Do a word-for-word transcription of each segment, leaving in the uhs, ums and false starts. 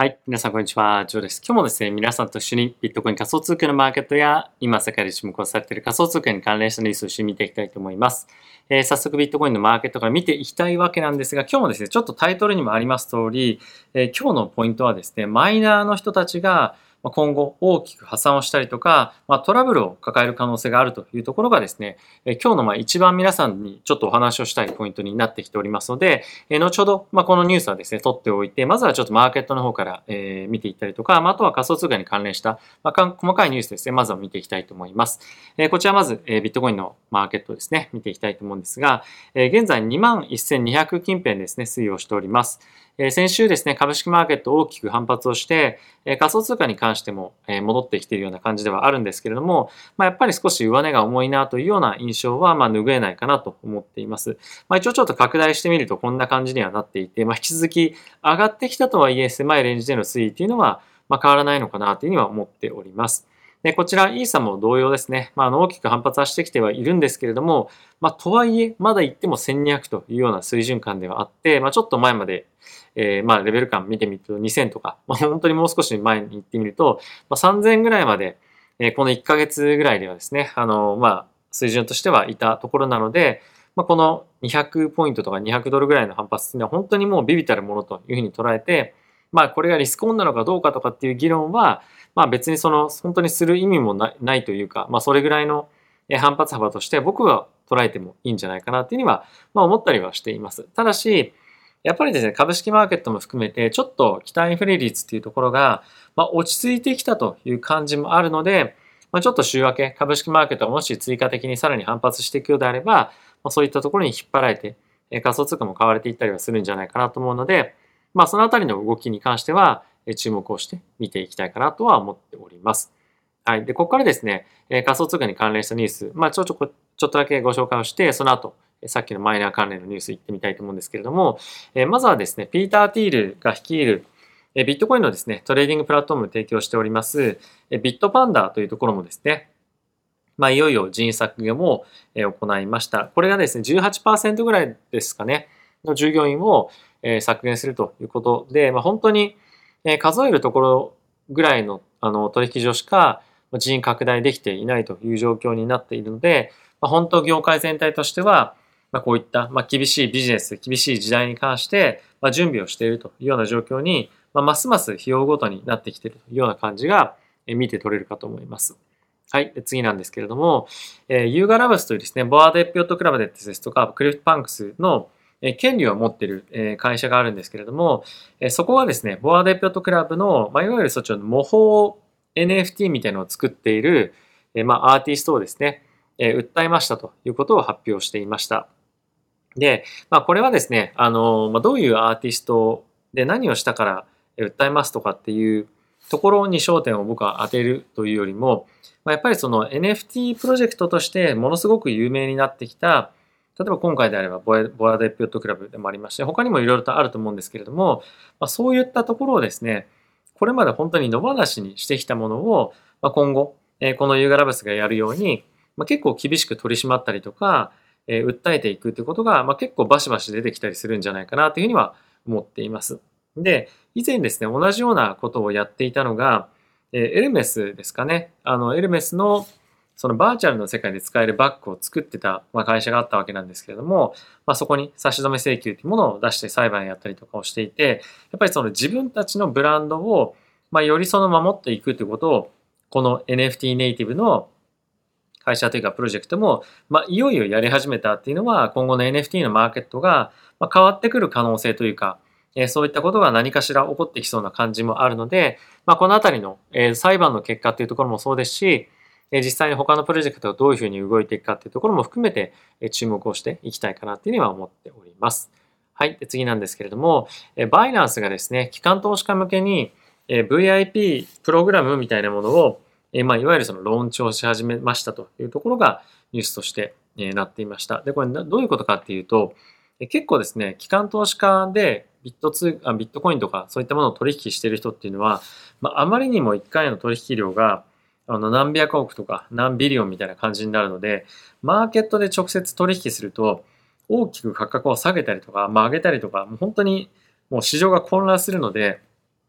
はい。皆さん、こんにちは。ジョーです。今日もですね、皆さんと一緒にビットコイン仮想通貨のマーケットや、今世界で注目をされている仮想通貨に関連したニュースを一緒に見ていきたいと思います。えー、早速ビットコインのマーケットから見ていきたいわけなんですが、今日もですね、ちょっとタイトルにもあります通り、えー、今日のポイントはですね、マイナーの人たちが今後大きく破産をしたりとか、まあ、トラブルを抱える可能性があるというところがですね、え今日のまあ一番皆さんにちょっとお話をしたいポイントになってきておりますので、え後ほどまあこのニュースはですね、取っておいて、まずはちょっとマーケットの方からえ見ていったりとか、まあ、あとは仮想通貨に関連したまあ細かいニュースですね、まずは見ていきたいと思います。えこちらまずえビットコインのマーケットですね、見ていきたいと思うんですが、え現在にまんせんにひゃく近辺ですね、推移をしております。え先週ですね、株式マーケット大きく反発をして、え仮想通貨に関しても、え戻ってきているような感じではあるんですけれども、まあ、やっぱり少し上値が重いなというような印象は、まあ、拭えないかなと思っています。まあ、一応ちょっと拡大してみるとこんな感じにはなっていて、まあ、引き続き上がってきたとはいえ、狭いレンジでの推移というのは、まあ、変わらないのかなというふうには思っております。でこちら、イーサも同様ですね。まあ、あの大きく反発はしてきてはいるんですけれども、まあ、とはいえ、まだ言ってもせんにひゃくというような水準感ではあって、まあ、ちょっと前まで、えー、まあ、レベル感見てみるとにせんとか、まあ、本当にもう少し前に行ってみると、まあ、さんぜんぐらいまで、えー、このいっかげつぐらいではですね、あの、まあ、水準としてはいたところなので、まあ、このにひゃくポイントとかにひゃくドルぐらいの反発っていうのは本当にもうビビたるものというふうに捉えて、まあ、これがリスクオンなのかどうかとかっていう議論は、まあ、別にその本当にする意味もないというか、まあ、それぐらいの反発幅として僕は捉えてもいいんじゃないかなっていうには、まあ、思ったりはしています。ただし、やっぱりですね、株式マーケットも含めて、ちょっと期待インフレ率っていうところが、まあ、落ち着いてきたという感じもあるので、まあ、ちょっと週明け、株式マーケットがもし追加的にさらに反発していくようであれば、まあ、そういったところに引っ張られて、仮想通貨も買われていったりはするんじゃないかなと思うので、まあ、そのあたりの動きに関しては、注目をして見ていきたいかなとは思っております。はい。で、ここからですね、仮想通貨に関連したニュース、まあ、ちょちょちょっとだけご紹介をして、その後、さっきのマイナー関連のニュース行ってみたいと思うんですけれども、まずはですね、ピーター・ティールが率いるビットコインのですね、トレーディングプラットフォームを提供しております、ビットパンダというところもですね、まあ、いよいよ人員削減も行いました。これがですね、じゅうはちパーセントぐらいですかね、の従業員を削減するということで、まあ、本当に数えるところぐらいのあの取引所しか人員拡大できていないという状況になっているので、まあ、本当業界全体としては、まあ、こういった、まあ、厳しいビジネス、厳しい時代に関して、まあ、準備をしているというような状況に、まあ、ますます費用ごとになってきているというような感じが見て取れるかと思います。はい。次なんですけれども、えー、ユーガラブスというですね、ボアデピョットクラブですとか、クリフトパンクスの権利を持っている会社があるんですけれども、そこはですね、ボアデピョットクラブの、まあ、いわゆるそっちの模倣 エヌエフティー みたいなのを作っている、まあ、アーティストをですね、訴えましたということを発表していました。で、まあ、これはですね、あの、まあ、どういうアーティストで何をしたから訴えますとかっていうところに焦点を僕は当てるというよりも、まあ、やっぱりその エヌエフティー プロジェクトとしてものすごく有名になってきた、例えば今回であればボアデピョットクラブでもありまして、他にもいろいろとあると思うんですけれども、まあ、そういったところをですね、これまで本当に野放しにしてきたものを、まあ、今後、このユーガラブスがやるように、まあ、結構厳しく取り締まったりとか、えー、訴えていくということが、まあ、結構バシバシ出てきたりするんじゃないかなというふうには思っています。で、以前ですね、同じようなことをやっていたのが、えー、エルメスですかね。あの、エルメスのそのバーチャルの世界で使えるバッグを作ってた、まあ、会社があったわけなんですけれども、まあ、そこに差し止め請求というものを出して裁判やったりとかをしていて、やっぱりその自分たちのブランドを、まあ、よりその守っていくということを、この エヌエフティー ネイティブの会社というかプロジェクトも、まあ、いよいよやり始めたっていうのは、今後の エヌエフティー のマーケットが変わってくる可能性というか、そういったことが何かしら起こってきそうな感じもあるので、まあ、このあたりの裁判の結果っていうところもそうですし、実際に他のプロジェクトがどういうふうに動いていくかっていうところも含めて注目をしていきたいかなっていうには思っております。はい。次なんですけれども、バイナンスがですね、機関投資家向けに ブイアイピー プログラムみたいなものを、まあ、いわゆるそのローンチをし始めましたというところがニュースとしてなっていました。で、これどういうことかっていうと、結構ですね、機関投資家でビットツー、あビットコインとかそういったものを取引している人っていうのは、まあ、あまりにもいっかいの取引量があの何百億とか何ビリオンみたいな感じになるので、マーケットで直接取引すると大きく価格を下げたりとか、まあ、上げたりとか、もう本当にもう市場が混乱するので、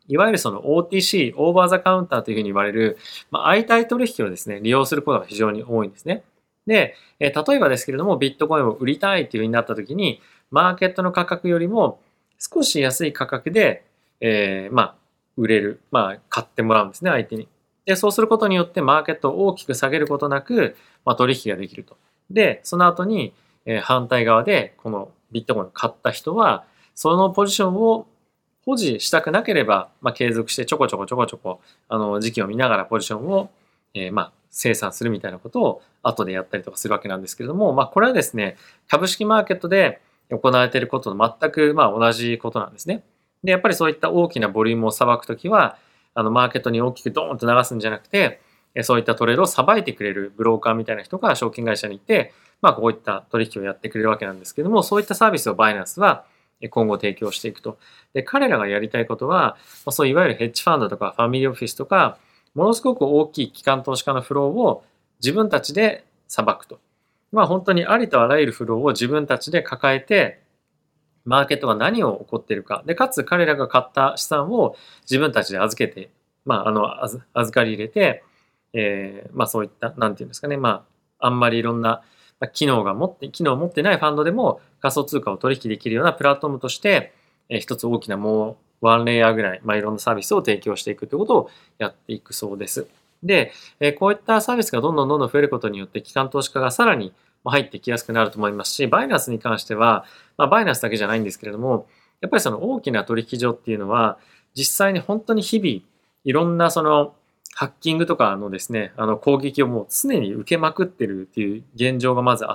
いわゆるその オーティーシー、オーバーザカウンターというふうに言われる、まあ、相対取引をですね、利用することが非常に多いんですね。で、えー例えばですけれども、ビットコインを売りたいというふうになったときに、マーケットの価格よりも少し安い価格で、えーまあ、売れる、まあ、買ってもらうんですね、相手に。で、そうすることによってマーケットを大きく下げることなく、まあ、取引ができると。で、その後に、えー反対側で、このビットコインを買った人は、そのポジションを保持したくなければ、まあ、継続してちょこちょこちょこちょこ、あの、時期を見ながらポジションを、えーまあ、生産するみたいなことを後でやったりとかするわけなんですけれども、まあ、これはですね、株式マーケットで行われていることと全く、まあ、同じことなんですね。で、やっぱりそういった大きなボリュームをさばくときは、あの、マーケットに大きくドーンと流すんじゃなくて、そういったトレードをさばいてくれるブローカーみたいな人が証券会社にいて、まあ、こういった取引をやってくれるわけなんですけども、そういったサービスをバイナンスは今後提供していくと。で、彼らがやりたいことは、そういわゆるヘッジファンドとかファミリーオフィスとか、ものすごく大きい機関投資家のフローを自分たちでさばくと。まあ本当にありとあらゆるフローを自分たちで抱えて、マーケットが何を起こっているか。で、かつ彼らが買った資産を自分たちで預けて、まあ、あの、預預かり入れて、えーまあそういった、なんていうんですかね、まあ、あんまりいろんな機能が持って、機能を持ってないファンドでも仮想通貨を取引できるようなプラットフォームとして、えー一つ大きなもうワンレイヤーぐらい、まあいろんなサービスを提供していくということをやっていくそうです。で、えーこういったサービスがどんどんどんどん増えることによって、機関投資家がさらに入ってきやすくなると思いますし、バイナンスに関しては、まあ、バイナンスだけじゃないんですけれども、やっぱりその大きな取引所っていうのは、実際に本当に日々、いろんなそのハッキングとかのですね、あの攻撃をもう常に受けまくってるっていう現状がまずあって、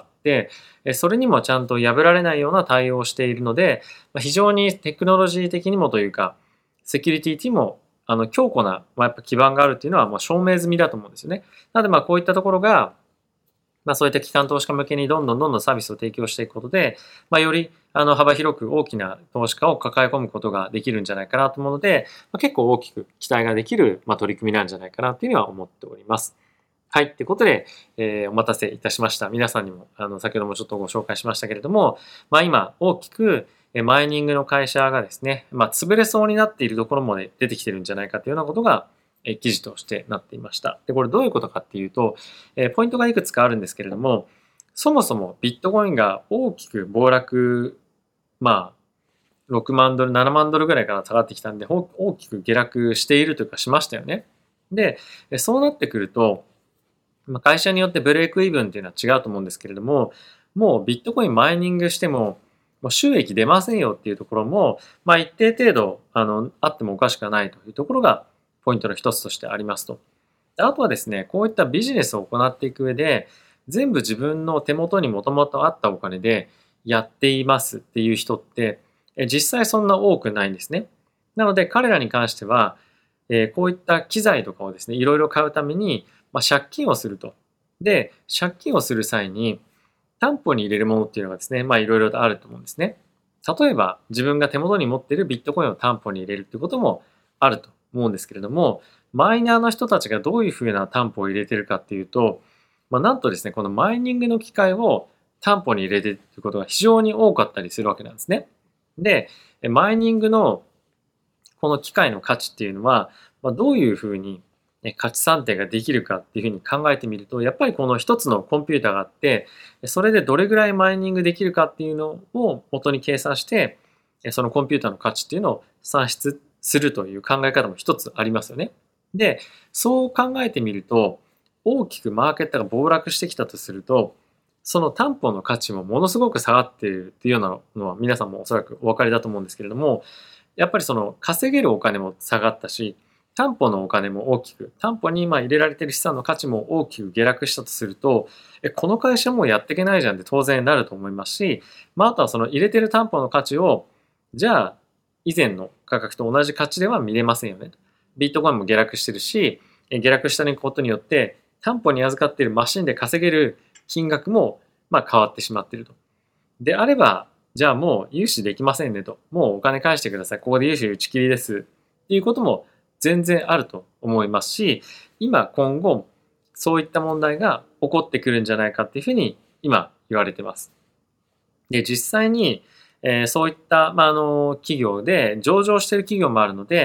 それにもちゃんと破られないような対応をしているので、非常にテクノロジー的にもというか、セキュリティにもあの強固な、まあ、やっぱ基盤があるっていうのはもう証明済みだと思うんですよね。なのでまあこういったところが、まあ、そういった機関投資家向けにどんどんどんどんサービスを提供していくことで、まあ、よりあの幅広く大きな投資家を抱え込むことができるんじゃないかなと思うので、まあ、結構大きく期待ができる、まあ、取り組みなんじゃないかなというふうには思っております。はい。ということで、えーお待たせいたしました。皆さんにも、あの、先ほどもちょっとご紹介しましたけれども、まあ今、大きく、えマイニングの会社がですね、まあ潰れそうになっているところまで出てきてるんじゃないかというようなことが、え記事としてなっていました。で、これどういうことかっていうと、えポイントがいくつかあるんですけれども、そもそもビットコインが大きく暴落、まあ、ろくまんドル、ななまんドルぐらいから下がってきたんで、大きく下落しているというかしましたよね。で、そうなってくると、会社によってブレイクイブンっていうのは違うと思うんですけれども、もうビットコインマイニングしても、もう収益出ませんよっていうところも、まあ一定程度、あの、あってもおかしくはないというところが、ポイントの一つとしてありますと。あとはですね、こういったビジネスを行っていく上で、全部自分の手元にもともとあったお金でやっていますっていう人って、実際そんな多くないんですね。なので彼らに関しては、こういった機材とかをですね、いろいろ買うために、まあ、借金をすると。で、借金をする際に、担保に入れるものっていうのがですね、まあいろいろとあると思うんですね。例えば、自分が手元に持っているビットコインを担保に入れるっていうこともあると思うんですけれども、マイナーの人たちがどういうふうな担保を入れてるかっていうと、まあ、なんとですね、このマイニングの機械を担保に入れてるっていうことが非常に多かったりするわけなんですね。で、マイニングのこの機械の価値っていうのは、まあ、どういうふうに価値算定ができるかっていうふうに考えてみると、やっぱりこの一つのコンピューターがあって、それでどれぐらいマイニングできるかっていうのを元に計算して、そのコンピューターの価値っていうのを算出するという考え方も一つありますよね。で、そう考えてみると、大きくマーケットが暴落してきたとすると、その担保の価値もものすごく下がっているっていうようなのは皆さんもおそらくお分かりだと思うんですけれども、やっぱりその稼げるお金も下がったし、担保のお金も大きく、担保に今入れられている資産の価値も大きく下落したとすると、え、この会社もうやっていけないじゃんって当然なると思いますし、まあ、あとはその入れてる担保の価値を、じゃあ、以前の価格と同じ価値では見れませんよね。ビットコインも下落してるし、下落したことによって、担保に預かっているマシンで稼げる金額も、まあ、変わってしまっていると。であれば、じゃあもう融資できませんねと。もうお金返してください。ここで融資打ち切りです。っていうことも全然あると思いますし、今今後そういった問題が起こってくるんじゃないかっていうふうに今言われてます。で、実際に、えーそういった、まあ、あの企業で上場している企業もあるので、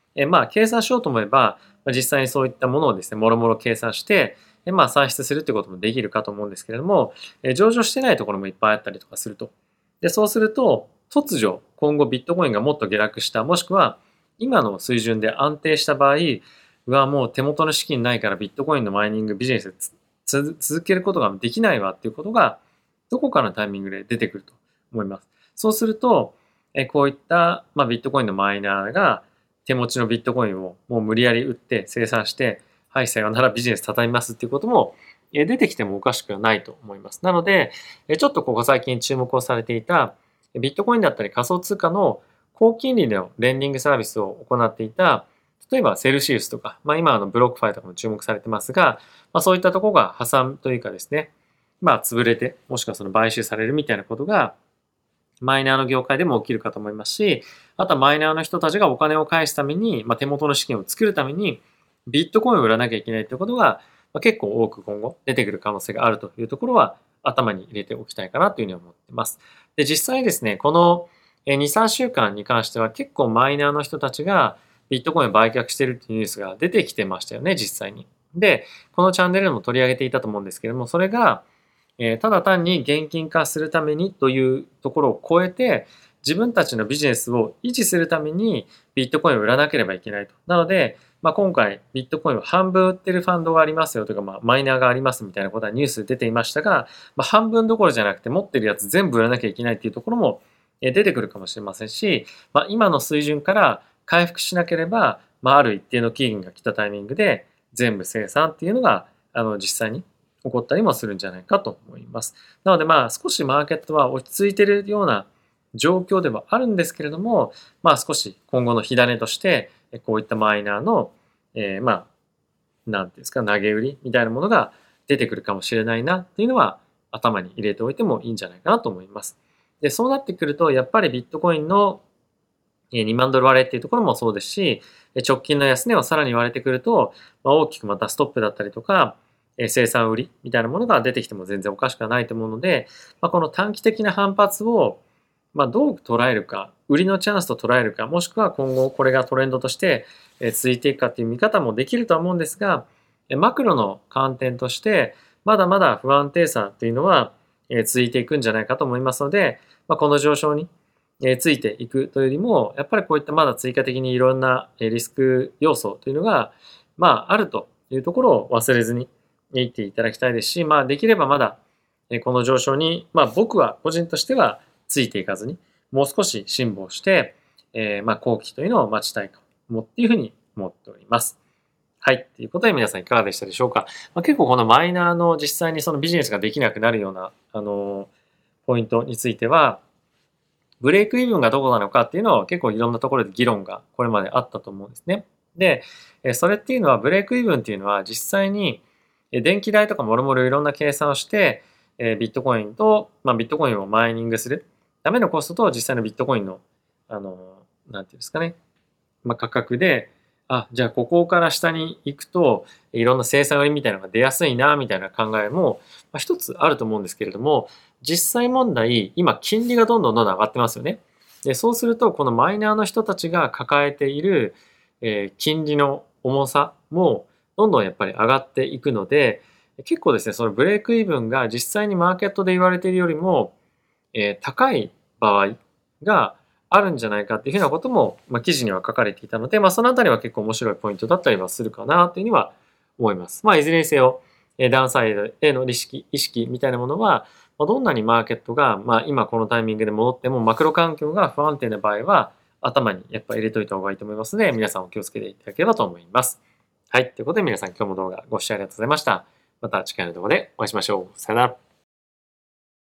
えまあ計算しようと思えば、実際にそういったものをですね、もろもろ計算して、まあ算出するってこともできるかと思うんですけれども、上場してないところもいっぱいあったりとかすると。で、そうすると、突如今後ビットコインがもっと下落した、もしくは今の水準で安定した場合、うわ、もう手元の資金ないからビットコインのマイニングビジネス続けることができないわっていうことが、どこかのタイミングで出てくると思います。そうすると、えこういった、まあ、ビットコインのマイナーが手持ちのビットコインをもう無理やり売って生産して、はい、さよならビジネス畳みますっていうこともえ出てきてもおかしくはないと思います。なので、えちょっとここ最近注目をされていたビットコインだったり仮想通貨の高金利のレンディングサービスを行っていた、例えばセルシウスとか、まあ、今あのブロックファイとかも注目されてますが、まあ、そういったところが破産というかですね、まあ潰れて、もしくはその買収されるみたいなことが、マイナーの業界でも起きるかと思いますし、あとはマイナーの人たちがお金を返すために、まあ、手元の資金を作るために、ビットコインを売らなきゃいけないということが、まあ、結構多く今後出てくる可能性があるというところは頭に入れておきたいかなというふうに思っています。で、実際ですね、このに、さんしゅうかんに関しては結構マイナーの人たちがビットコインを売却しているっていうニュースが出てきてましたよね、実際に。で、このチャンネルでも取り上げていたと思うんですけれども、それが、えー、ただ単に現金化するためにというところを超えて、自分たちのビジネスを維持するためにビットコインを売らなければいけないと。なので、まあ、今回ビットコインを半分売ってるファンドがありますよとか、まあ、マイナーがありますみたいなことはニュースで出ていましたが、まあ、半分どころじゃなくて持ってるやつ全部売らなきゃいけないっていうところも出てくるかもしれませんし、まあ、今の水準から回復しなければ、まあ、ある一定の期限が来たタイミングで全部生産っていうのがあの実際に起こったりもするんじゃないかと思います。なのでまあ少しマーケットは落ち着いているような状況ではあるんですけれども、まあ少し今後の火種としてこういったマイナーの、えー、まあ何ていうんですか投げ売りみたいなものが出てくるかもしれないなっていうのは頭に入れておいてもいいんじゃないかなと思います。で、そうなってくるとやっぱりビットコインのにまんドル割れっていうところもそうですし、直近の安値をさらに割れてくると、まあ、大きくまたストップだったりとか、生産売りみたいなものが出てきても全然おかしくはないと思うので、まあ、この短期的な反発をまあどう捉えるか、売りのチャンスと捉えるか、もしくは今後これがトレンドとして続いていくかっていう見方もできるとは思うんですが、マクロの観点としてまだまだ不安定さっていうのは続いていくんじゃないかと思いますので、まあ、この上昇についていくというよりも、やっぱりこういったまだ追加的にいろんなリスク要素というのが、まあ、あるというところを忘れずにいっていただきたいですし、まあ、できればまだこの上昇に、まあ、僕は個人としてはついていかずに、もう少し辛抱して、えー、まあ、後期というのを待ちたいと思っていうふうに思っております。はい。ということで皆さんいかがでしたでしょうか。まあ、結構このマイナーの実際にそのビジネスができなくなるような、あの、ポイントについては、ブレイクイブンがどこなのかっていうのは結構いろんなところで議論がこれまであったと思うんですね。で、それっていうのはブレイクイブンっていうのは実際に電気代とかもろもろいろんな計算をしてビットコインと、まあ、ビットコインをマイニングするためのコストと実際のビットコインの、あの、なんていうんですかね、まあ、価格で、あ、じゃあここから下に行くといろんな生産売りみたいなのが出やすいなみたいな考えも、まあ、一つあると思うんですけれども、実際問題、今金利がどんどんどんどん上がってますよね。で、そうするとこのマイナーの人たちが抱えている、えー、金利の重さもどんどんやっぱり上がっていくので、結構ですね、そのブレイクイブンが実際にマーケットで言われているよりも、えー、高い場合があるんじゃないかっていうふうなことも、まあ、記事には書かれていたので、まあ、そのあたりは結構面白いポイントだったりはするかなというふうには思います。まあ、いずれにせよ、ダウンサイドへの意識、意識みたいなものは、どんなにマーケットが、まあ、今このタイミングで戻ってもマクロ環境が不安定な場合は、頭にやっぱ入れといた方がいいと思いますので、皆さんお気をつけていただければと思います。はい。ということで皆さん今日も動画ご視聴ありがとうございました。また次回の動画でお会いしましょう。さよなら。